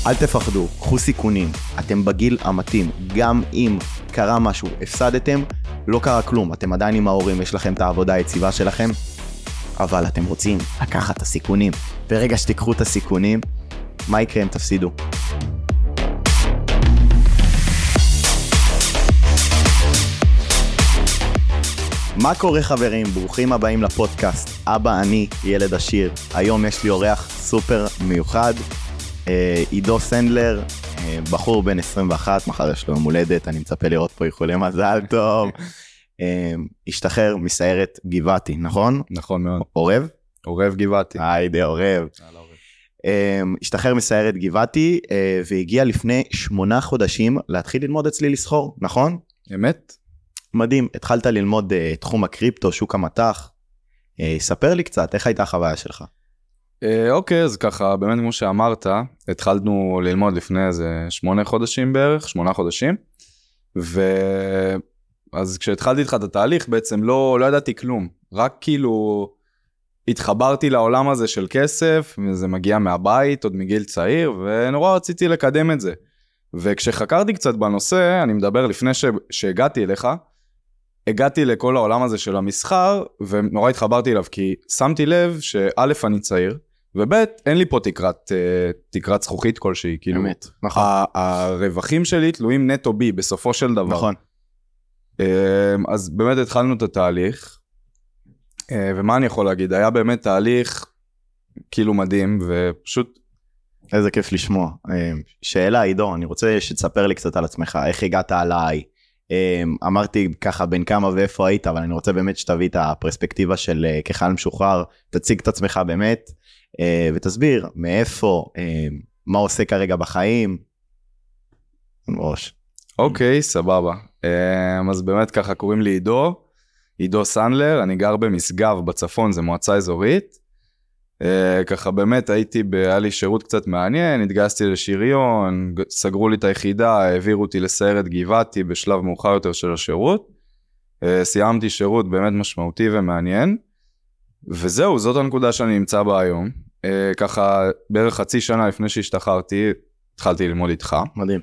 אל תפחדו, קחו סיכונים, אתם בגיל המתאים, גם אם קרה משהו, הפסדתם, לא קרה כלום, אתם עדיין עם ההורים, יש לכם את העבודה היציבה שלכם, אבל אתם רוצים לקחת את הסיכונים. ברגע שתיקחו את הסיכונים, מה יקרה אם תפסידו? מה קורה חברים? ברוכים הבאים לפודקאסט. אבא אני ילד עשיר. היום יש לי אורח סופר מיוחד, עידו סנדלר, בחור בן 21, מחר יש לו יום הולדת, אני מצפה לראות פה איחולי מזל טוב. השתחרר מסיירת גבעתי, נכון? נכון מאוד. עורב? עורב גבעתי. היידה, עורב. השתחרר מסיירת גבעתי, והגיע לפני 8 חודשים להתחיל ללמוד אצלי לסחור, נכון? אמת? מדהים, התחלת ללמוד תחום הקריפטו, שוק המטח. ספר לי קצת, איך הייתה החוויה שלך? אוקיי, אז ככה, באמת כמו שאמרת, התחלנו ללמוד לפני איזה 8 חודשים בערך, 8 חודשים, אז כשהתחלתי איתך את התהליך, בעצם לא ידעתי כלום, רק כאילו התחברתי לעולם הזה של כסף, וזה מגיע מהבית, עוד מגיל צעיר, ונורא רציתי לקדם את זה. וכשחקרתי קצת בנושא, אני מדבר לפני שהגעתי אליך, הגעתי לכל העולם הזה של המסחר, ונורא התחברתי אליו, כי שמתי לב שא' אני צעיר, וב' אין לי פה תקרת זכוכית כלשהי, כאילו, אמת, נכון. הרווחים שלי תלויים נטו בי, בסופו של דבר. נכון. אז באמת התחלנו את התהליך, ומה אני יכול להגיד? היה באמת תהליך כאילו מדהים, ופשוט... איזה כיף לשמוע. שאלה, עידו, אני רוצה שתספר לי קצת על עצמך, איך הגעת עליי? אמרתי ככה בין כמה ואיפה היית, אבל אני רוצה באמת שתביא את הפרספקטיבה של כחייל משוחרר, תציג את עצמך באמת, ותסביר מאיפה, מה עושה כרגע בחיים. אוקיי, סבבה. אז באמת ככה קוראים לי עידו סנדלר, אני גר במשגב בצפון, זה מועצה אזורית. ככה באמת היה לי שירות קצת מעניין, התגייסתי לשריון, סגרו לי את היחידה, העבירו אותי לסיירת גבעתי בשלב מאוחר יותר של השירות, סיימתי שירות באמת משמעותי ומעניין, וזהו, זאת הנקודה שאני נמצא בה היום. ככה בערך חצי שנה לפני שהשתחררתי, התחלתי ללמוד איתך. מדהים.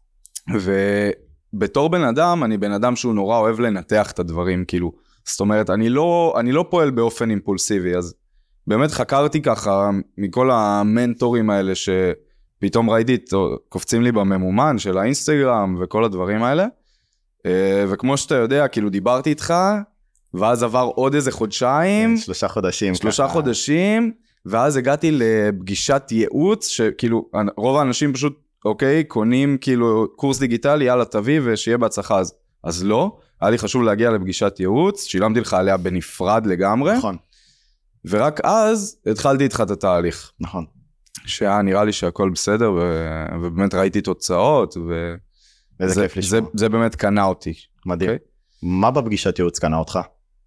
ובתור בן אדם, אני בן אדם שהוא נורא אוהב לנתח את הדברים, כאילו, זאת אומרת, אני לא פועל באופן אימפולסיבי, אז באמת חקרתי ככה מכל המנטורים האלה שפתאום ראיתי, קופצים לי בממומן של האינסטגרם וכל הדברים האלה, וכמו שאתה יודע, כאילו דיברתי איתך, ואז עבר עוד איזה חודשיים, 3 חודשים, 3 חודשים, ואז הגעתי לפגישת ייעוץ, שכאילו רוב האנשים פשוט, אוקיי, קונים כאילו קורס דיגיטלי, יאללה תביא ושיהיה בהצלחה, אז לא, היה לי חשוב להגיע לפגישת ייעוץ, שילמתי לך עליה בנפרד לגמרי, נכון. ורק אז התחלתי איתך את התהליך. נכון. שהיה נראה לי שהכל בסדר, ובאמת ראיתי תוצאות, וזה כיף לשמוע. זה באמת קנה אותי. מדהים. Okay. מה בפגישת ייעוץ קנה אותך?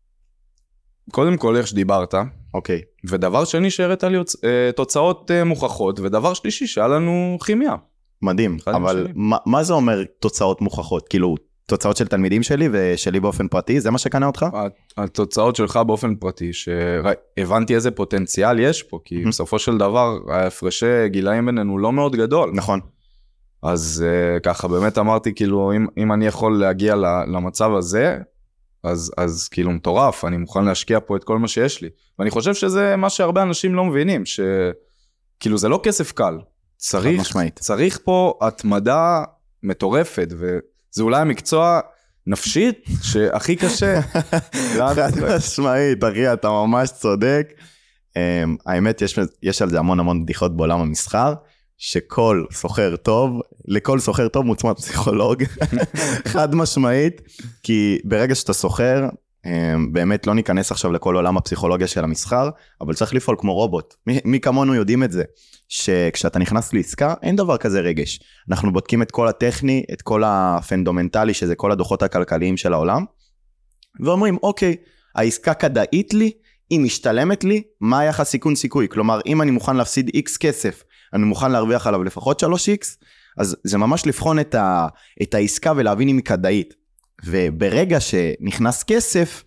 קודם כל איך שדיברת. אוקיי. ודבר שני שהראית לי תוצאות מוכחות, ודבר שלישי שהיה לנו כימיה. מדהים, אבל מה זה אומר תוצאות מוכחות? כאילו, תוצאות של תלמידים שלי ושלי באופן פרטי, זה מה שקנה אותך? התוצאות שלך באופן פרטי, שהבנתי איזה פוטנציאל יש פה, כי בסופו של דבר, ההפרשי גילאים בינינו לא מאוד גדול. נכון. אז ככה באמת אמרתי, כאילו, אם אני יכול להגיע למצב הזה, אז כאילו מטורף, אני מוכן להשקיע פה את כל מה שיש לי. ואני חושב שזה מה שהרבה אנשים לא מבינים, שכאילו זה לא כסף קל. צריך פה התמדה מטורפת, וזה אולי המקצוע נפשית שהכי קשה. חד משמעית, אחי, אתה ממש צודק. האמת, יש על זה המון בדיחות בעולם המסחר, שכל סוחר טוב, לכל סוחר טוב מוצמד פסיכולוג, חד משמעית, כי ברגע שאתה סוחר, באמת לא ניכנס עכשיו לכל עולם הפסיכולוגיה של המסחר, אבל צריך לפעול כמו רובוט. מי כמונו יודעים את זה, שכשאתה נכנס לעסקה, אין דבר כזה רגש. אנחנו בודקים את כל הטכני, את כל הפונדמנטלי, שזה כל הדוחות הכלכליים של העולם, ואומרים, אוקיי, העסקה כדאית לי, היא משתלמת לי, מה היחס סיכון סיכוי? כלומר, אם אני מוכן להפסיד X כסף, אני מוכן להרוויח עליו לפחות 3X, אז זה ממש לבחון את העסקה ולהבין אם היא כדאית. וברגע שנכנס כסף,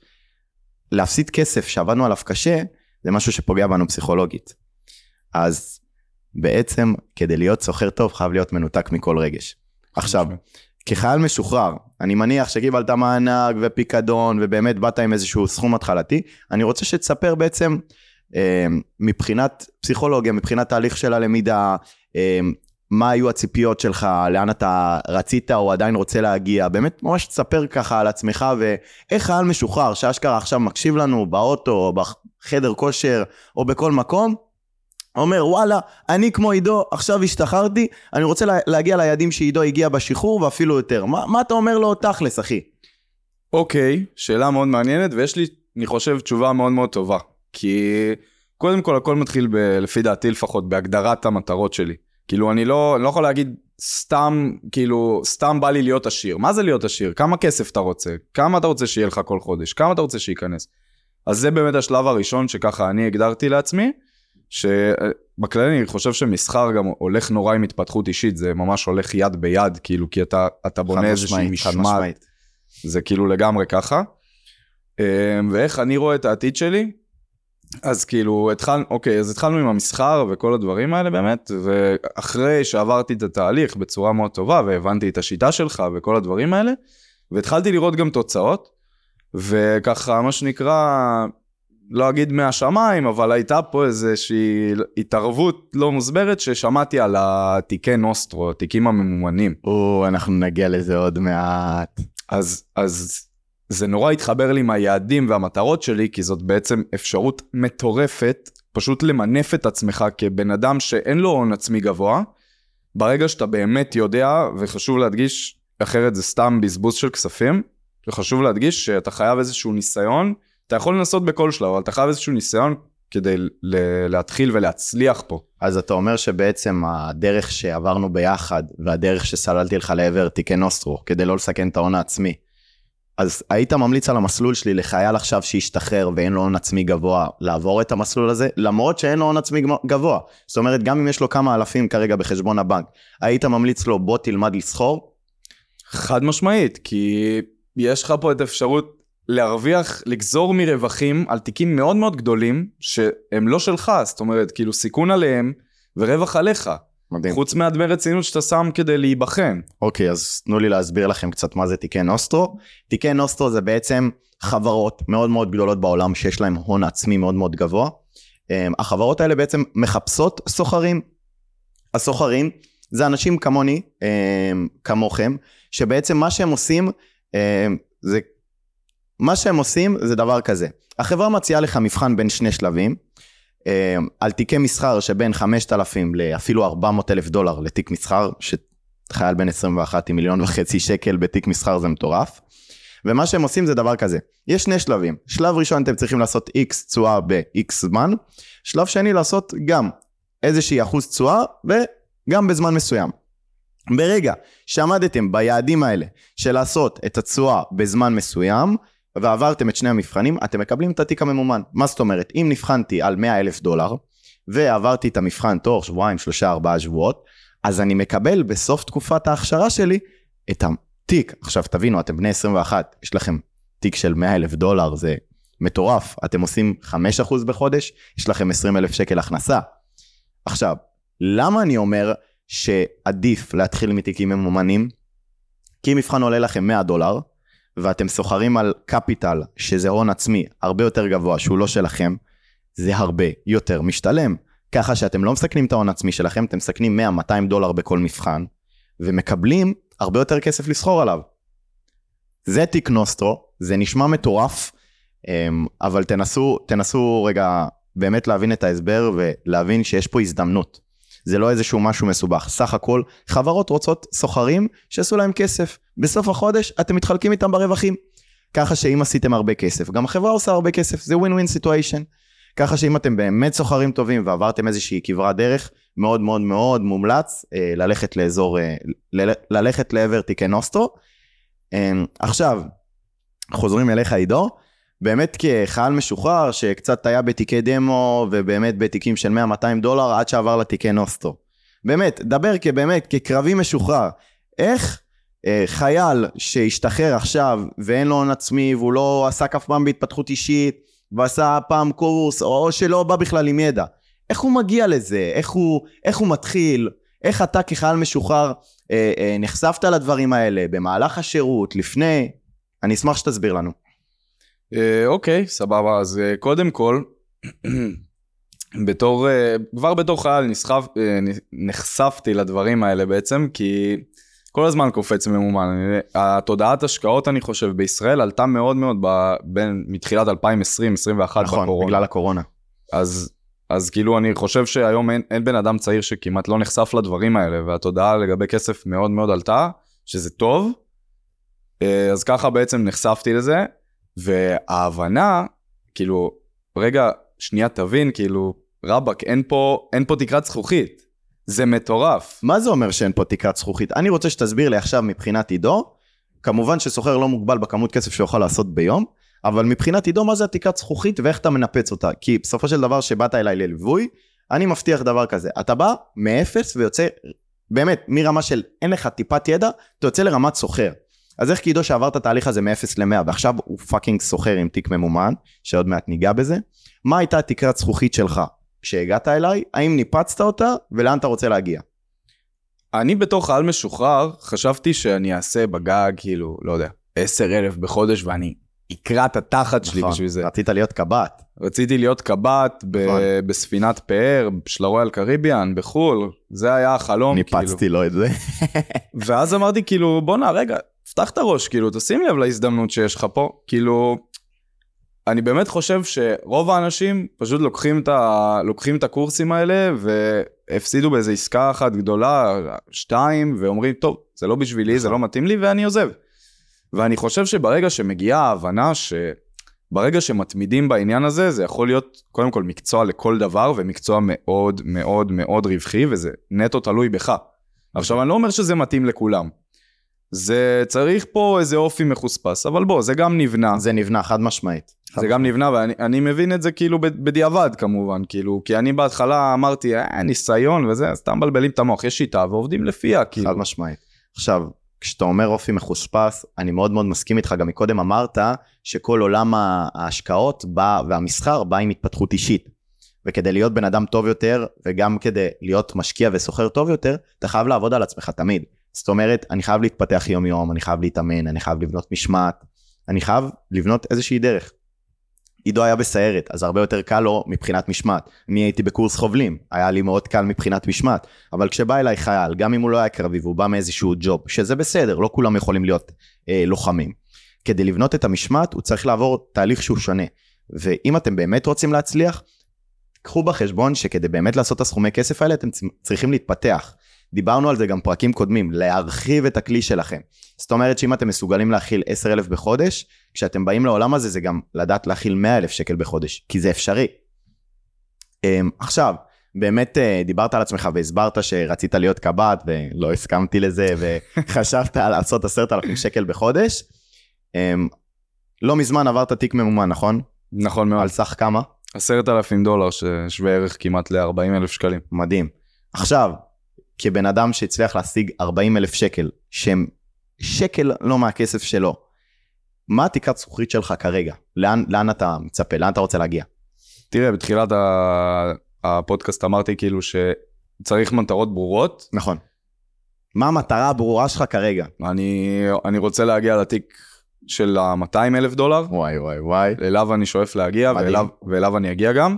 להפסיד כסף שעבדנו עליו קשה, זה משהו שפוגע בנו פסיכולוגית. אז בעצם כדי להיות סוחר טוב חייב להיות מנותק מכל רגש. עכשיו, כחייל משוחרר, אני מניח שקיבלת מענק ופיקדון, ובאמת באת עם איזשהו סכום התחלתי, אני רוצה שתספר בעצם, מבחינת פסיכולוגיה, מבחינת תהליך של הלמידה, מה היו הציפיות שלך, לאן אתה רצית או עדיין רוצה להגיע, באמת ממש תספר ככה על עצמך, ואיך חייל משוחרר, שאשכרה עכשיו מקשיב לנו באוטו, או בחדר כושר, או בכל מקום, אומר וואלה, אני כמו עידו, עכשיו השתחררתי, אני רוצה להגיע ליעדים שעידו הגיע בשחרור, ואפילו יותר. מה אתה אומר לו תכלס, אחי? אוקיי, שאלה מאוד מעניינת, ויש לי, אני חושב, תשובה מאוד מאוד טובה. כי קודם כל, הכל מתחיל לפי דעתי לפחות, בהגדרת המטרות שלי. כאילו, אני לא יכול להגיד סתם, כאילו, סתם בא לי להיות עשיר. מה זה להיות עשיר? כמה כסף אתה רוצה? כמה אתה רוצה שיהיה לך כל חודש? כמה אתה רוצה שייכנס? אז זה באמת השלב הראשון שככה אני הגדרתי לעצמי, שבכלל אני חושב שמסחר גם הולך נורא עם התפתחות אישית, זה ממש הולך יד ביד, כאילו, כי אתה בונה איזושהי משמעת, זה כאילו לגמרי ככה. ואיך אני רואה את העתיד שלי, אז כאילו, אז התחלנו עם המסחר וכל הדברים האלה באמת, ואחרי שעברתי את התהליך בצורה מאוד טובה, והבנתי את השיטה שלך וכל הדברים האלה, והתחלתי לראות גם תוצאות, וככה מה שנקרא, לא אגיד מהשמיים, אבל הייתה פה איזושהי התערבות לא מוסברת, ששמעתי על התיקי נוסטרו, התיקים הממומנים. אנחנו נגיע לזה עוד מעט. אז זה נורא התחבר לי מהיעדים והמטרות שלי, כי זאת בעצם אפשרות מטורפת, פשוט למנף את עצמך כבן אדם שאין לו הון עצמי גבוה, ברגע שאתה באמת יודע, וחשוב להדגיש, אחרת זה סתם בזבוז של כספים, וחשוב להדגיש שאתה חייב איזשהו ניסיון, אתה יכול לנסות בכל שלב, אבל אתה חייב איזשהו ניסיון כדי להתחיל ולהצליח פה. אז אתה אומר שבעצם הדרך שעברנו ביחד, והדרך שסללתי לך לעבר תיקי נוסטרו, כדי לא לסכן את ההון העצמי, אז היית ממליץ על המסלול שלי לחייל עכשיו שישתחרר ואין לו הון עצמי גבוה, לעבור את המסלול הזה, למרות שאין לו הון עצמי גבוה. זאת אומרת, גם אם יש לו כמה אלפים כרגע בחשבון הבנק, היית ממליץ לו בוא תלמד לסחור? חד משמעית, כי יש לך פה את האפשרות להרוויח, לגזור מרווחים על תיקים מאוד מאוד גדולים, שהם לא שלך, זאת אומרת, כאילו סיכון עליהם ורווח עליך. מדהים. חוץ מהדמי רצינות שאתה שם כדי להיבחן. אוקיי, אז תנו לי להסביר לכם קצת מה זה תיקי נוסטרו. תיקי נוסטרו זה בעצם חברות מאוד מאוד גדולות בעולם, שיש להם הון עצמי מאוד מאוד גבוה. החברות האלה בעצם מחפשות סוחרים. הסוחרים זה אנשים כמוני, כמוכם, שבעצם מה שהם עושים זה דבר כזה. החברה מציעה לך מבחן בין שני שלבים, על תיקי מסחר שבין 5,000 לאפילו 400,000 דולר לתיק מסחר, שחייל בין 21 עם 1.5 מיליון שקל בתיק מסחר זה מטורף. ומה שהם עושים זה דבר כזה. יש שני שלבים. שלב ראשון אתם צריכים לעשות X תשואה ב-X זמן. שלב שני לעשות גם איזושהי אחוז תשואה וגם בזמן מסוים. ברגע שעמדתם ביעדים האלה של לעשות את התשואה בזמן מסוים, ועברתם את שני המבחנים, אתם מקבלים את התיק הממומן. מה זאת אומרת? אם נבחנתי על 100,000 דולר, ועברתי את המבחן תוך שבועיים, 3-4 שבועות, אז אני מקבל בסוף תקופת ההכשרה שלי את התיק. עכשיו תבינו, אתם בני 21, יש לכם תיק של 100,000 דולר, זה מטורף. אתם עושים 5% בחודש, יש לכם 20,000 שקל הכנסה. עכשיו, למה אני אומר שעדיף להתחיל מתיקים ממומנים? כי מבחן עולה לכם 100 דולר, ואתם סוחרים על קפיטל, שזה הון עצמי הרבה יותר גבוה, שהוא לא שלכם, זה הרבה יותר משתלם. ככה שאתם לא מסכנים את ההון עצמי שלכם, אתם מסכנים 100-200 דולר בכל מבחן, ומקבלים הרבה יותר כסף לסחור עליו. זה תיק נוסטרו, זה נשמע מטורף, אבל תנסו רגע באמת להבין את ההסבר, ולהבין שיש פה הזדמנות. זה לא איזשהו משהו מסובך. סך הכל, חברות רוצות סוחרים שעשו להם כסף. בסוף החודש אתם מתחלקים איתם ברווחים. ככה שאם עשיתם הרבה כסף, גם החברה עושה הרבה כסף, זה win-win situation. ככה שאם אתם באמת סוחרים טובים ועברתם איזושהי כברת דרך, מאוד מאוד מאוד מומלץ ללכת לעבר תיקי נוסטרו. עכשיו, חוזרים אליך עידו, באמת כחייל משוחרר שקצת היה בתיקי דמו ובאמת בתיקים של 100-200 דולר עד שעבר לתיקי נוסטרו. באמת, דבר כקרבי משוחרר. איך חייל שהשתחרר עכשיו ואין לו הון עצמי והוא לא עשה אף פעם בהתפתחות אישית ועשה פעם קורס או שלא בא בכלל עם ידע, איך הוא מגיע לזה, איך הוא מתחיל, איך אתה כחייל משוחרר נחשפת לדברים האלה, במהלך השירות, לפני, אני אשמח שתסביר לנו. אוקיי, סבבה, אז קודם כל, כבר בתור חייל נחשפתי לדברים האלה בעצם, כי כל הזמן קופץ ממומן. התודעת השקעות, אני חושב, בישראל עלתה מאוד מאוד מתחילת 2020-2021 נכון, בקורונה. בגלל הקורונה. אז כאילו אני חושב שהיום אין בן אדם צעיר שכמעט לא נחשף לדברים האלה, והתודעה לגבי כסף מאוד מאוד עלתה, שזה טוב. אז ככה בעצם נחשפתי לזה, וההבנה, כאילו, רגע, שנייה תבין, כאילו, רבק, אין פה תקרת זכוכית. זה מטורף. מה זה אומר שאין פה תקרת זכוכית? אני רוצה שתסביר לי עכשיו מבחינת עידו, כמובן שסוחר לא מוגבל בכמות כסף שיוכל לעשות ביום, אבל מבחינת עידו, מה זה התקרת זכוכית ואיך אתה מנפץ אותה? כי בסופו של דבר שבאת אליי לליווי, אני מבטיח דבר כזה, אתה בא מאפס ויוצא, באמת, מרמה של אין לך טיפת ידע, אתה יוצא לרמת סוחר. אז איך כעידו שעבר את התהליך הזה מ-0 ל-100, ועכשיו הוא פאקינג סוחר עם תיק ממומן, שעוד מעט ניגע בזה, מה הייתה התקרת זכוכית שלך כשהגעת אליי? האם ניפצת אותה, ולאן אתה רוצה להגיע? אני בתור חייל משוחרר, חשבתי שאני אעשה בגג, כאילו, לא יודע, 10,000 בחודש, ואני אקרא את התחת שלי בשביל זה. רצית להיות קב"ט. רציתי להיות קב"ט בספינת פאר, של הרויאל קריביאן, בחול, זה היה החלום. ניפצתי לו את זה. ואז אמרתי, כאילו, בוא רגע, פתח את הראש, כאילו, תשים לב להזדמנות שיש לך פה, כאילו, אני באמת חושב שרוב האנשים פשוט לוקחים את הקורסים האלה, והפסידו באיזו עסקה אחת גדולה, 2, ואומרים, טוב, זה לא בשבילי, זה לא מתאים לי, ואני עוזב. ואני חושב שברגע שמגיעה ההבנה, שברגע שמתמידים בעניין הזה, זה יכול להיות קודם כל מקצוע לכל דבר, ומקצוע מאוד מאוד מאוד רווחי, וזה נטו תלוי בך. עכשיו, אני לא אומר שזה מתאים לכולם. זה צריך פה איזה אופי מחוספס, אבל בוא, זה גם נבנה. זה נבנה, חד משמעית. זה גם נבנה, ואני מבין את זה כאילו בדיעבד כמובן, כאילו, כי אני בהתחלה אמרתי, ניסיון וזה, סתם בלבלים את המוח, יש שיטה ועובדים לפיה, כאילו. חד משמעית. עכשיו, כשאתה אומר אופי מחוספס, אני מאוד מאוד מסכים איתך, גם מקודם אמרת, שכל עולם ההשקעות והמסחר בא עם התפתחות אישית, וכדי להיות בן אדם טוב יותר, וגם כדי להיות משקיע וסוחר טוב יותר, אתה חייב לעבוד על עצמך תמיד. זאת אומרת, אני חייב להתפתח יום יום, אני חייב להתאמן, אני חייב לבנות משמעת, אני חייב לבנות איזושהי דרך. עידו היה בסיירת, אז הרבה יותר קל לו מבחינת משמעת. אני הייתי בקורס חובלים, היה לי מאוד קל מבחינת משמעת, אבל כשבא אליי חייל, גם אם הוא לא היה קרבי, והוא בא מאיזשהו ג'וב, שזה בסדר, לא כולם יכולים להיות לוחמים. כדי לבנות את המשמעת, הוא צריך לעבור תהליך שהוא שונה. ואם אתם באמת רוצים להצליח, קחו בחשבון שכדי באמת לעשות את הסכומי כסף האלה, אתם צריכים להתפתח. דיברנו על זה גם פרקים קודמים, להרחיב את הכלי שלכם. זאת אומרת שאם אתם מסוגלים להכיל 10,000 בחודש, כשאתם באים לעולם הזה זה גם לדעת להכיל 100,000 שקל בחודש, כי זה אפשרי. עכשיו, באמת דיברת על עצמך והסברת שרצית להיות קב"ט ולא הסכמתי לזה, וחשבת על לעשות 10,000 שקל בחודש. לא מזמן עברת תיק ממומן, נכון? נכון מאוד. על סך כמה? $10,000 ששווה ערך כמעט ל-40,000 שקלים. מדהים. עכשיו, כבן אדם שהצליח להשיג 40,000 שקל, שהם שקל לא מהכסף שלו, מה תקרת זכוכית שלך כרגע? לאן אתה מצפה? לאן אתה רוצה להגיע? תראה, בתחילת הפודקאסט אמרתי כאילו שצריך מטרות ברורות. נכון. מה המטרה הברורה שלך כרגע? אני רוצה להגיע לתיק של $200,000. וואי וואי וואי. אליו אני שואף להגיע, ואליו אני אגיע גם.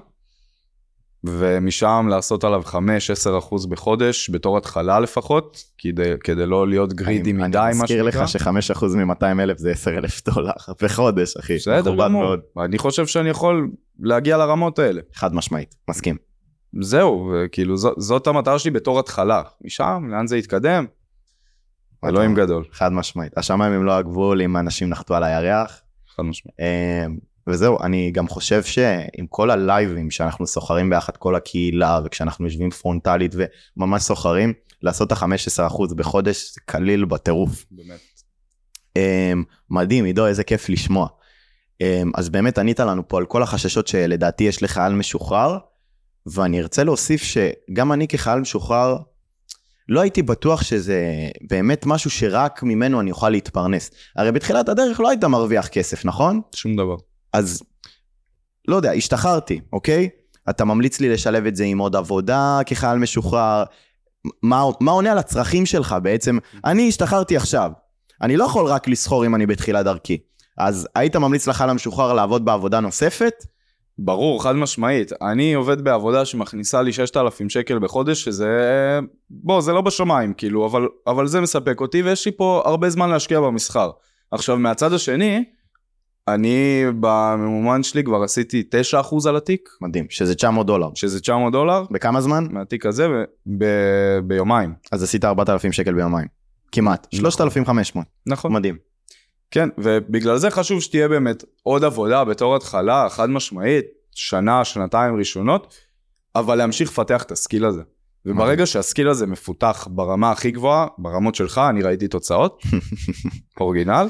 ומשם לעשות עליו 5-10% בחודש, בתור התחלה לפחות, כדי לא להיות גרידי מדי. אני מזכיר לך ש5% מ-200,000 זה $10,000 בחודש, אחי. בסדר גמור. אני חושב שאני יכול להגיע לרמות האלה. חד משמעית, מסכים. זהו, כאילו זאת המטרה שלי בתור התחלה. משם, לאן זה יתקדם? אלוהים גדול. חד משמעית. השמיים הם לא הגבול, אם אנשים נחתו על הירח. חד משמעית. וזהו, אני גם חושב שעם כל הלייבים שאנחנו סוחרים ביחד כל הקהילה, וכשאנחנו יושבים פרונטלית וממש סוחרים, לעשות ה-15% בחודש זה קליל בטירוף. באמת. מדהים, עידו, איזה כיף לשמוע. אז באמת ענית לנו פה על כל החששות שלדעתי יש לחייל משוחרר, ואני ארצה להוסיף שגם אני כחייל משוחרר, לא הייתי בטוח שזה באמת משהו שרק ממנו אני אוכל להתפרנס. הרי בתחילת הדרך לא היית מרוויח כסף, נכון? שום דבר. אז, לא יודע, השתחררתי, אוקיי? אתה ממליץ לי לשלב את זה עם עוד עבודה כחייל משוחרר, מה עונה על הצרכים שלך בעצם? אני השתחררתי עכשיו, אני לא יכול רק לסחור אם אני בתחילת דרכי, אז היית ממליץ לחייל המשוחרר לעבוד בעבודה נוספת? ברור, חד משמעית. אני עובד בעבודה שמכניסה לי 6,000 שקל בחודש, שזה, זה לא בשמיים, כאילו, אבל זה מספק אותי, ויש לי פה הרבה זמן להשקיע במסחר. עכשיו, מהצד השני, אני בממומן שלי כבר עשיתי 9% על התיק. מדהים, שזה $900. שזה $900. בכמה זמן? מהתיק הזה, ביומיים. אז עשית 4,000 שקל ביומיים. כמעט. 3,500. נכון. מדהים. כן, ובגלל זה חשוב שתהיה באמת עוד עבודה בתור התחלה, חד משמעית, שנה, שנתיים ראשונות, אבל להמשיך לפתח את הסקיל הזה. וברגע שהסקיל הזה מפותח ברמה הכי גבוהה, ברמות שלך, אני ראיתי תוצאות, אורגינל,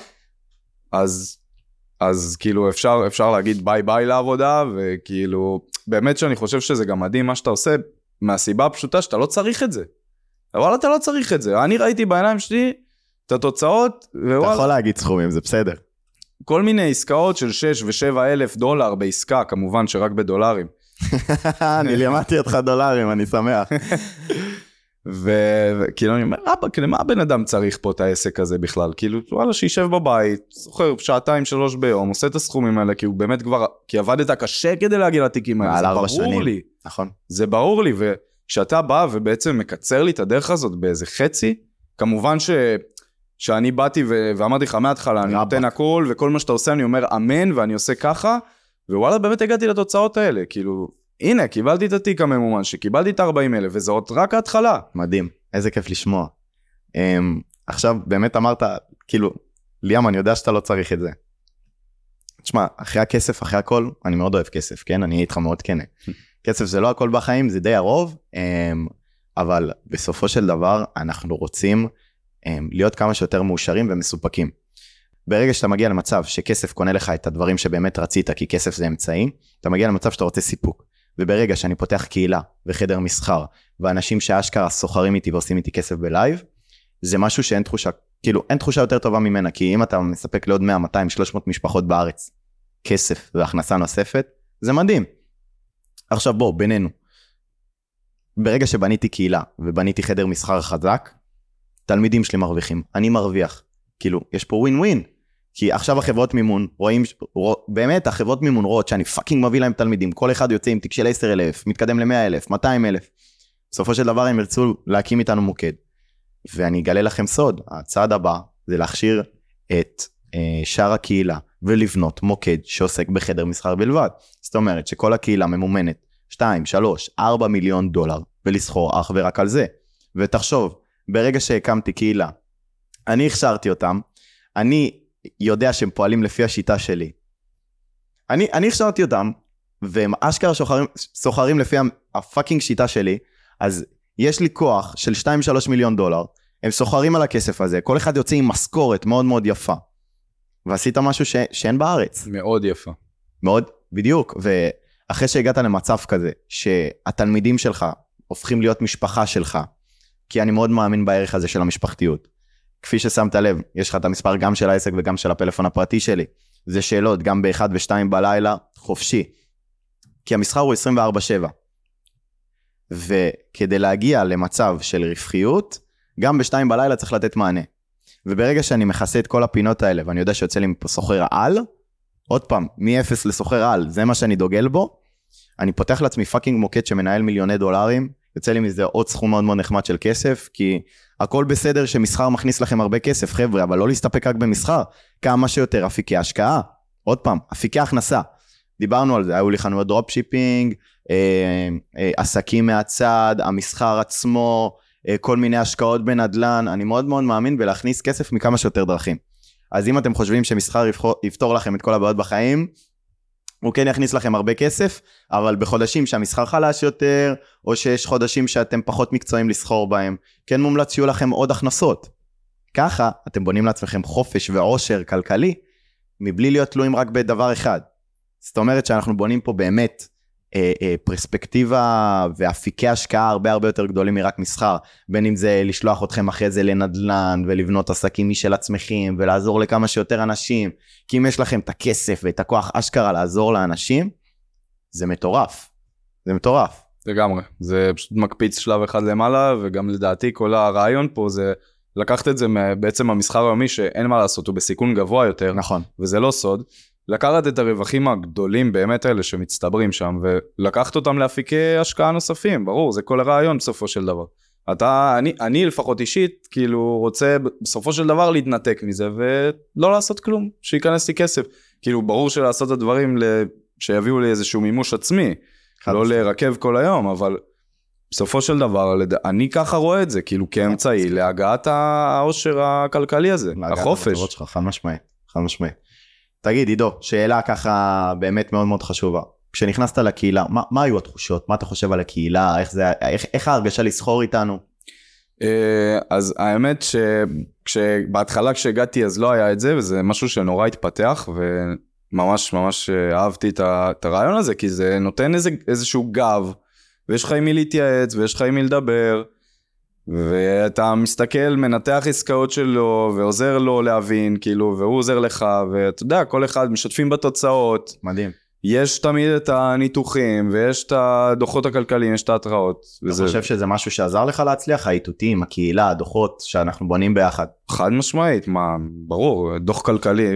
אז כאילו אפשר להגיד ביי ביי לעבודה, וכאילו, באמת שאני חושב שזה גם מדהים מה שאתה עושה, מהסיבה הפשוטה שאתה לא צריך את זה. אבל אתה לא צריך את זה. אני ראיתי בעיניים שלי את התוצאות, אתה יכול להגיד סכומים, זה בסדר. כל מיני עסקאות של 6 ו7 אלף דולר בעסקה, כמובן שרק בדולרים. אני לימדתי אותך דולרים, אני שמח. וכאילו אני אומר, מה הבן אדם צריך פה את העסק הזה בכלל? כאילו, וואלה, שישב בבית, זוכר, 2-3 ביום, עושה את הסכומים האלה, כי הוא באמת כבר, כי עבדת קשה כדי להגיע לתיקים האלה, זה ברור לי. נכון. זה ברור לי, וכשאתה בא ובעצם מקצר לי את הדרך הזאת באיזה חצי, כמובן שאני באתי ואמרתי לך מההתחלה, אני נותן הכל, וכל מה שאתה עושה אני אומר אמן, ואני עושה ככה, ווואלה, באמת הגעתי לתוצאות האלה, כאילו, הנה, קיבלתי את התיק הממומן, שקיבלתי את 40,000, וזה עוד רק ההתחלה. מדהים, איזה כיף לשמוע. עכשיו, באמת אמרת, כאילו, ליאם, אני יודע שאתה לא צריך את זה. תשמע, אחרי הכסף, אחרי הכל, אני מאוד אוהב כסף, כן? אני איתך מאוד כן. כסף זה לא הכל בחיים, זה די הרוב, אבל בסופו של דבר, אנחנו רוצים להיות כמה שיותר מאושרים ומסופקים. ברגע שאתה מגיע למצב שכסף קונה לך את הדברים שבאמת רצית, כי כסף זה אמצעי, אתה מגיע למצב שאתה רוצה סיפוק. וברגע שאני פותח קהילה וחדר מסחר, ואנשים שאשכרה סוחרים איתי ועושים איתי כסף בלייב, זה משהו שאין תחושה, כאילו אין תחושה יותר טובה ממנה, כי אם אתה מספק לעוד 100, 200, 300 משפחות בארץ, כסף והכנסה נוספת, זה מדהים. עכשיו בוא, בינינו. ברגע שבניתי קהילה ובניתי חדר מסחר חזק, תלמידים שלי מרוויחים, אני מרוויח. כאילו, יש פה ווין ווין. כי עכשיו החברות מימון, באמת החברות מימון רואות שאני פאקינג מביא להם תלמידים, כל אחד יוצא עם תיק של 10,000, מתקדם ל100,000, 200,000. בסופו של דבר הם ירצו להקים איתנו מוקד. ואני אגלה לכם סוד, הצעד הבא זה להכשיר את שאר הקהילה, ולבנות מוקד שעוסק בחדר מסחר בלבד. זאת אומרת שכל הקהילה ממומנת 2, 3, 4 מיליון דולר, ולסחור אך ורק על זה. ותחשוב, ברגע שהקמתי קהילה, אני הכשרתי אותם, אני יודע שהם פועלים לפי השיטה שלי. אני הכשרתי אותם, והם אשכרה סוחרים לפי הפאקינג שיטה שלי, אז יש לי כוח של 2-3 מיליון דולר, הם סוחרים על הכסף הזה, כל אחד יוצא עם משכורת מאוד מאוד יפה, ועשית משהו שאין בארץ. מאוד יפה. מאוד, בדיוק, ואחרי שהגעת למצב כזה, שהתלמידים שלך הופכים להיות משפחה שלך, כי אני מאוד מאמין בערך הזה של המשפחתיות. כפי ששמת לב, יש לך את המספר גם של העסק וגם של הפלאפון הפרטי שלי. זה שאלות, גם ב-1 ו-2 בלילה, חופשי. כי המסחר הוא 24/7. וכדי להגיע למצב של רווחיות, גם ב-2 בלילה צריך לתת מענה. וברגע שאני מכסה את כל הפינות האלה, ואני יודע שיוצא לי מפה סוחר על, עוד פעם, מ-0 לסוחר על, זה מה שאני דוגל בו, אני פותח לעצמי פאקינג מוקד שמנהל מיליוני דולרים, יוצא לי מזה עוד סכום מאוד מאוד נחמד של כסף, כי הכל בסדר שמסחר מכניס לכם הרבה כסף, חבר'ה, אבל לא להסתפק רק במסחר, כמה שיותר אפיקי השקעה. עוד פעם, אפיקי הכנסה. דיברנו על זה, היו לי חנויות דרופשיפינג, עסקים מהצד, המסחר עצמו, כל מיני השקעות בנדלן, אני מאוד מאוד מאמין בלהכניס כסף מכמה שיותר דרכים. אז אם אתם חושבים שמסחר יפתור לכם את כל הבעיות בחיים, הוא כן יכניס לכם הרבה כסף, אבל בחודשים שהמסחר חלש יותר, או שיש חודשים שאתם פחות מקצועיים לסחור בהם, כן מומלץ שיהיו לכם עוד הכנסות. ככה אתם בונים לעצמכם חופש ועושר כלכלי, מבלי להיות תלויים רק בדבר אחד. זאת אומרת שאנחנו בונים פה באמת פרספקטיבה ואפיקי השקעה הרבה הרבה יותר גדולים מרק מסחר, בין אם זה לשלוח אתכם אחרי זה לנדלן ולבנות עסקים משל עצמכם ולעזור לכמה שיותר אנשים, כי אם יש לכם את הכסף ואת הכוח אשכרה לעזור לאנשים, זה מטורף. זה מטורף. לגמרי, זה פשוט מקפיץ שלב אחד למעלה, וגם לדעתי כל הרעיון פה זה לקחת את זה בעצם המסחר היומי שאין מה לעשות, הוא בסיכון גבוה יותר, נכון. וזה לא סוד, לקחת את הרווחים הגדולים באמת האלה שמצטברים שם, ולקחת אותם להפיקי השקעה נוספים, ברור, זה כל הרעיון בסופו של דבר. אני לפחות אישית, כאילו רוצה בסופו של דבר להתנתק מזה, ולא לעשות כלום, שיכנס לי כסף. כאילו ברור שלעשות את הדברים שיביאו לי איזשהו מימוש עצמי, לא להירקב כל היום, אבל בסופו של דבר, אני ככה רואה את זה, כאילו כאמצעי להגעת העושר הכלכלי הזה, החופש. חד משמעית, חד משמעית. תגיד, עידו, שאלה ככה באמת מאוד מאוד חשובה. כשנכנסת לקהילה, מה היו התחושות? מה אתה חושב על הקהילה? איך ההרגשה לסחור איתנו? אז האמת שבהתחלה כשהגעתי אז לא היה את זה, וזה משהו שנורא התפתח, וממש ממש אהבתי את הרעיון הזה, כי זה נותן איזשהו גב, ויש לך עם מי להתייעץ, ויש לך עם מי לדבר, ואתה מסתכל, מנתח עסקאות שלו, ועוזר לו להבין, כאילו, והוא עוזר לך, ואתה יודע, כל אחד משתפים בתוצאות. מדהים. יש תמיד את הניתוחים, ויש את הדוחות הכלכליים, יש את ההתראות. אתה חושב שזה משהו שעזר לך להצליח? האיתותים, הקהילה, הדוחות שאנחנו בונים ביחד. חד משמעית, מה, ברור, דוח כלכלי.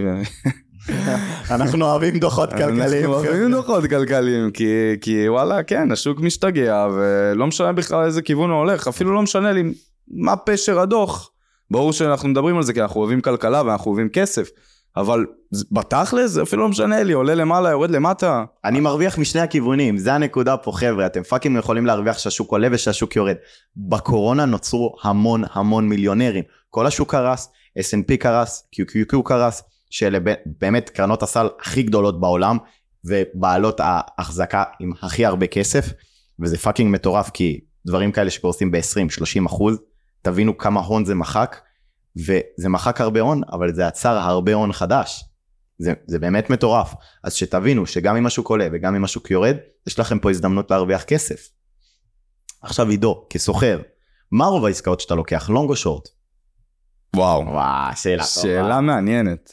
אנחנו אוהבים דוחות כלכליים. אנחנו אוהבים דוחות כלכליים, כי וואלה, כן, השוק משתגע, ולא משנה בכלל איזה כיוון הוא הולך, אפילו לא משנה לי מה פשר הדוח. ברור שאנחנו מדברים על זה, כי אנחנו אוהבים כלכלה, ואנחנו אוהבים כסף. אבל בתכלס זה אפילו לא משנה לי, עולה למעלה, יורד למטה. אני מרוויח משני הכיוונים, זה הנקודה פה חבר'ה, אתם פאקים יכולים להרוויח שהשוק עולה ושהשוק יורד. בקורונה נוצרו המון מיליונרים, כל השוק קרס, S&P קרס, QQQ קרס, שאלה באמת קרנות הסל הכי גדולות בעולם, ובעלות ההחזקה עם הכי הרבה כסף, וזה פאקינג מטורף, כי דברים כאלה שקורסים ב-20-30%, תבינו כמה הון זה מחק, וזה מחק הרבה הון, אבל זה עצר הרבה הון חדש. זה באמת מטורף. אז שתבינו שגם אם השוק עולה וגם אם השוק יורד, יש לכם פה הזדמנות להרוויח כסף. עכשיו עידו, כסוחר, מה רוב העסקאות שאתה לוקח? לונג או שורט? וואו, שאלה טובה. שאלה מעניינת.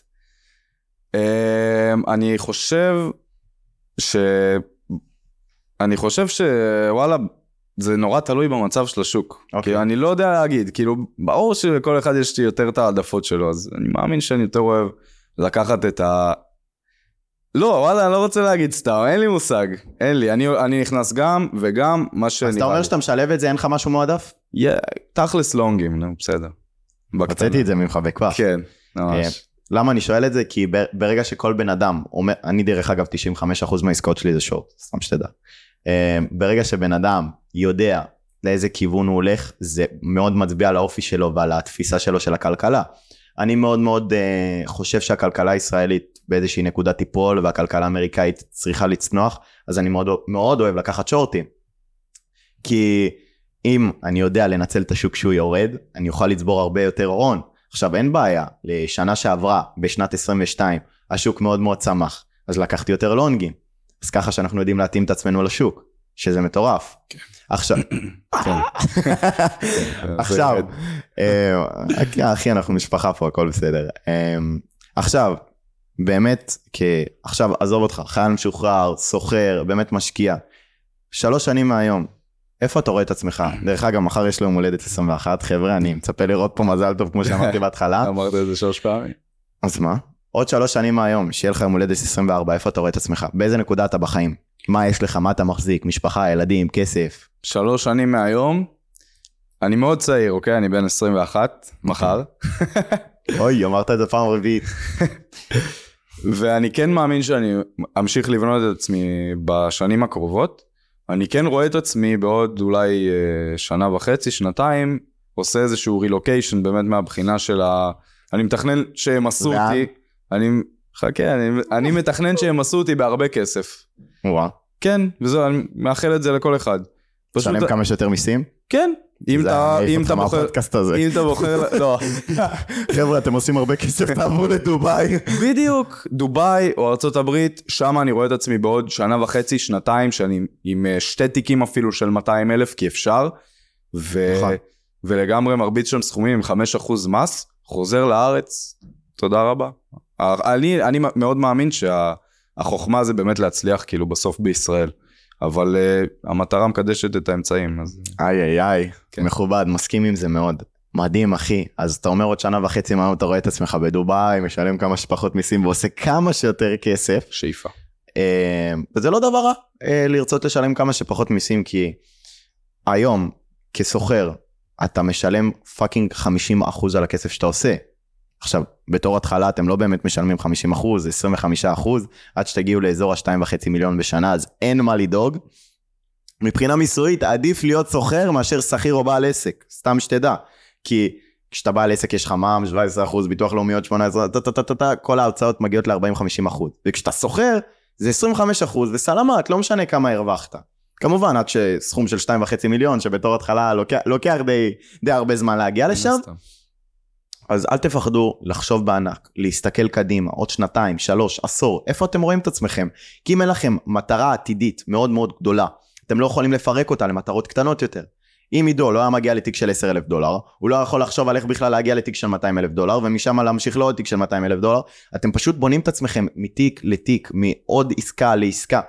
אני חושב שוואלה, זה נורא תלוי במצב של השוק. כי אני לא יודע להגיד, כאילו, ברור שלכל אחד יש יותר את העדפות שלו, אז אני מאמין שאני יותר אוהב לקחת את לא, וואלה, אני לא רוצה להגיד סתם, אין לי מושג, אין לי, אני נכנס גם וגם מה שאני... אז אתה אומר שאתה משלב את זה, אין לך משהו מועדף? תכלס לונגים, בסדר. רציתי את זה ממך בכבר. כן, ממש. למה אני שואל את זה? כי ברגע שכל בן אדם, אני דרך אגב 95% מהעסקאות שלי זה שורט, סתם שתדע. ברגע שבן אדם יודע לאיזה כיוון הוא הולך, זה מאוד מצביע על האופי שלו ועל התפיסה שלו של הכלכלה. אני מאוד מאוד חושב שהכלכלה הישראלית באיזושהי נקודה טיפול, והכלכלה האמריקאית צריכה לצנוח, אז אני מאוד, מאוד אוהב לקחת שורטים. כי אם אני יודע לנצל את השוק שהוא יורד, אני אוכל לצבור הרבה יותר הון. עכשיו אין בעיה, לשנה שעברה, בשנת 22, השוק מאוד מאוד צמח, אז לקחתי יותר לונגים. אז ככה שאנחנו יודעים להתאים את עצמנו לשוק, שזה מטורף. עכשיו, אחי, אנחנו משפחה פה, הכל בסדר. עכשיו, באמת, עכשיו עזוב אותך, חייל משוחרר, סוחר, באמת משקיע. 3 שנים מהיום, איפה אתה רואה את עצמך? דרך אגב, מחר יש לו יום הולדת 21, חבר'ה, אני מצפה לראות פה מזל טוב, כמו שאמרתי בהתחלה. אמרת את זה 3 פעמים. אז מה? עוד 3 שנים מהיום, שיהיה לך יום הולדת 24, איפה אתה רואה את עצמך? באיזה נקודה אתה בחיים? מה יש לך? מה אתה מחזיק? משפחה, ילדים, כסף? 3 שנים מהיום, אני מאוד צעיר, אוקיי? אני בן 21, מחר. אוי, אמרת את זה פעם רביעית. ואני כן מאמין שאני אמשיך לבנות את עצמי בשנים הקרובות. אני כן רואה את עצמי בעוד אולי 1.5 שנה, 2, עושה איזשהו רילוקיישן באמת מהבחינה של אני מתכנן שהם עשו אותי, אני מתכנן שהם עשו אותי בהרבה כסף. וואו. כן, וזהו, אני מאחל את זה לכל אחד. שלם כמה שיותר מיסים? כן. אם אתה בוחר, לא. חבר'ה, אתם עושים הרבה כסף, תעברו לדוביי. בדיוק, דוביי או ארצות הברית, שם אני רואה את עצמי בעוד 1.5 שנה, 2, שאני עם 2 תיקים אפילו של 200,000, כי אפשר, ולגמרי מרבית שם סכומים עם 5% מס, חוזר לארץ, תודה רבה. אני מאוד מאמין שהחוכמה זה באמת להצליח כאילו בסוף בישראל. אבל המטרה מקדשת את האמצעים. אז... איי, כן. מכובד, מסכים עם זה מאוד. מדהים, אחי. אז אתה אומר עוד שנה וחצי מהיום, אתה רואה את עצמך בדובאי, משלם כמה שפחות מיסים, ועושה כמה שיותר כסף. שאיפה. וזה לא דבר רע, לרצות לשלם כמה שפחות מיסים, כי היום, כסוחר, אתה משלם פאקינג 50% על הכסף שאתה עושה. עכשיו, בתור התחלה, אתם לא באמת משלמים 50%, 25%, עד שתגיעו לאזור ה-2.5 מיליון בשנה, אז אין מה לדאוג. מבחינה מיסויית, עדיף להיות סוחר מאשר שכיר או בעל עסק, סתם שתדע. כי כשאתה בעל עסק יש לך מע"מ 17%, ביטוח לאומיות 18%, כל ההוצאות מגיעות ל-40-50%. וכשאתה סוחר, זה 25%, וסלמת, לא משנה כמה הרווחת. כמובן, עד שסכום של 2.5 מיליון, שבתור התחלה לוקח די הרבה זמן להגיע לשם. אז אל תפחדו לחשוב בענק, להסתכל קדימה, עוד 2, 3, עשור, איפה אתם רואים את עצמכם? כי אם אין לכם מטרה עתידית מאוד מאוד גדולה, אתם לא יכולים לפרק אותה למטרות קטנות יותר. אם עידו לא היה מגיע לתיק של $10,000, הוא לא יכול לחשוב על איך בכלל להגיע לתיק של $200,000, ומשם להמשיך לעוד תיק של $200,000, אתם פשוט בונים את עצמכם מתיק לתיק, מעוד עסקה לעסקה,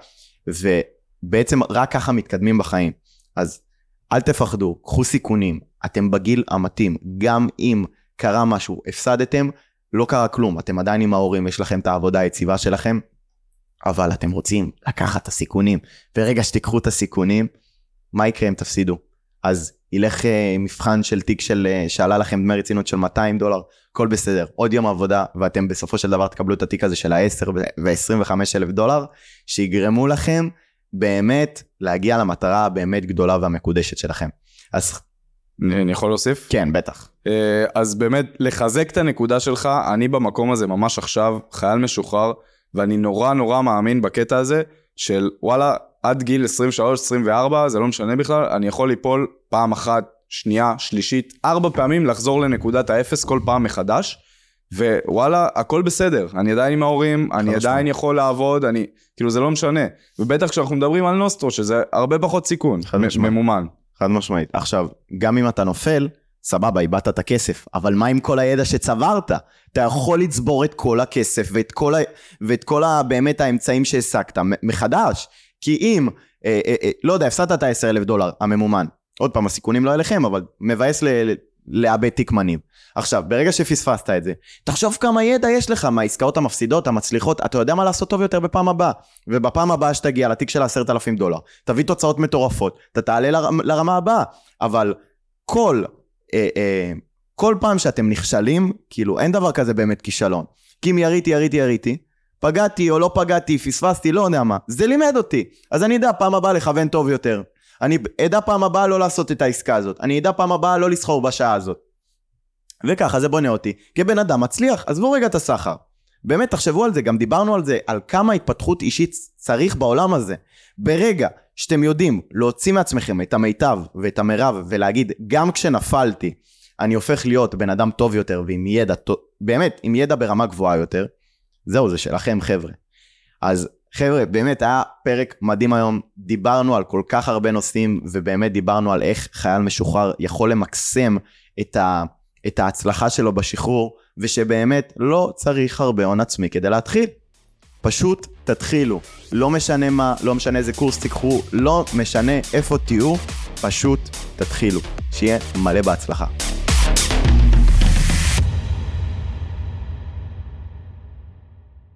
ובעצם רק ככה מתקדמים בחיים. אז אל תפחדו, קחו סיכונים, אתם בגיל המתאים, גם אם קרה משהו, הפסדתם, לא קרה כלום, אתם עדיין עם ההורים, יש לכם את העבודה היציבה שלכם, אבל אתם רוצים לקחת את הסיכונים, ורגע שתיקחו את הסיכונים, מה יקרה אם תפסידו? אז ילך מבחן של תיק שעלה לכם דמי רצינות של $200, כל בסדר, עוד יום עבודה, ואתם בסופו של דבר תקבלו את התיק הזה של $10,000 ו$25,000, שיגרמו לכם באמת להגיע למטרה הבאמת גדולה והמקודשת שלכם. אז... אני יכול להוסיף? כן, בטח. אז באמת, לחזק את הנקודה שלך, אני במקום הזה ממש עכשיו, חייל משוחרר, ואני נורא מאמין בקטע הזה, של וואלה, עד גיל 23-24, זה לא משנה בכלל, אני יכול ליפול פעם אחת, שנייה, שלישית, 4 פעמים לחזור לנקודת האפס כל פעם מחדש, ווואלה, הכל בסדר, אני עדיין עם ההורים, אני עדיין יכול לעבוד, כאילו זה לא משנה, ובטח כשאנחנו מדברים על נוסטרו, שזה הרבה פחות סיכון, ממומן. חד משמעית. עכשיו, גם אם אתה נופל, סבבה, איבדת את הכסף, אבל מה עם כל הידע שצברת? אתה יכול לצבור את כל הכסף ואת כל באמת האמצעים שהעסקת מחדש, כי אם, לא יודע, הפסדת את $10,000 הממומן, עוד פעם, הסיכונים לא אליכם, אבל מבאס לאבד תיק מנים. עכשיו, ברגע שפספסת את זה, תחשוב כמה ידע יש לך, מהעסקאות המפסידות, המצליחות, אתה יודע מה לעשות טוב יותר בפעם הבאה, ובפעם הבאה שתגיע לתיק של $10,000, תביא תוצאות מטורפות, אתה תעלה לרמה הבאה, אבל כל פעם שאתם נכשלים, כאילו אין דבר כזה באמת כישלון, כי אם יריתי, פגעתי או לא פגעתי, פספסתי, לא יודע מה, זה לימד אותי, אז אני יודע פעם הבאה לכוון טוב יותר, אני אדע פעם הבאה לא לעשות את העסקה הזאת, אני אדע פעם הבאה לא לסחור בשעה הזאת, וככה זה בונה אותי, כבן אדם מצליח, עזבו רגע את הסחר, באמת תחשבו על זה, גם דיברנו על זה, על כמה התפתחות אישית צריך בעולם הזה, ברגע שאתם יודעים להוציא מעצמכם את המיטב ואת המרב, ולהגיד גם כשנפלתי, אני הופך להיות בן אדם טוב יותר, ועם ידע, באמת עם ידע ברמה גבוהה יותר, זהו, זה שלכם חבר'ה. אז חבר'ה, באמת היה פרק מדהים היום, דיברנו על כל כך הרבה נושאים, ובאמת דיברנו על איך חייל משוחרר יכול למקסם את ההצלחה שלו בשחרור, ושבאמת לא צריך הרבה הון עצמי כדי להתחיל. פשוט תתחילו, לא משנה מה, לא משנה איזה קורס תיקחו, לא משנה איפה תהיו, פשוט תתחילו, שיהיה מלא בהצלחה.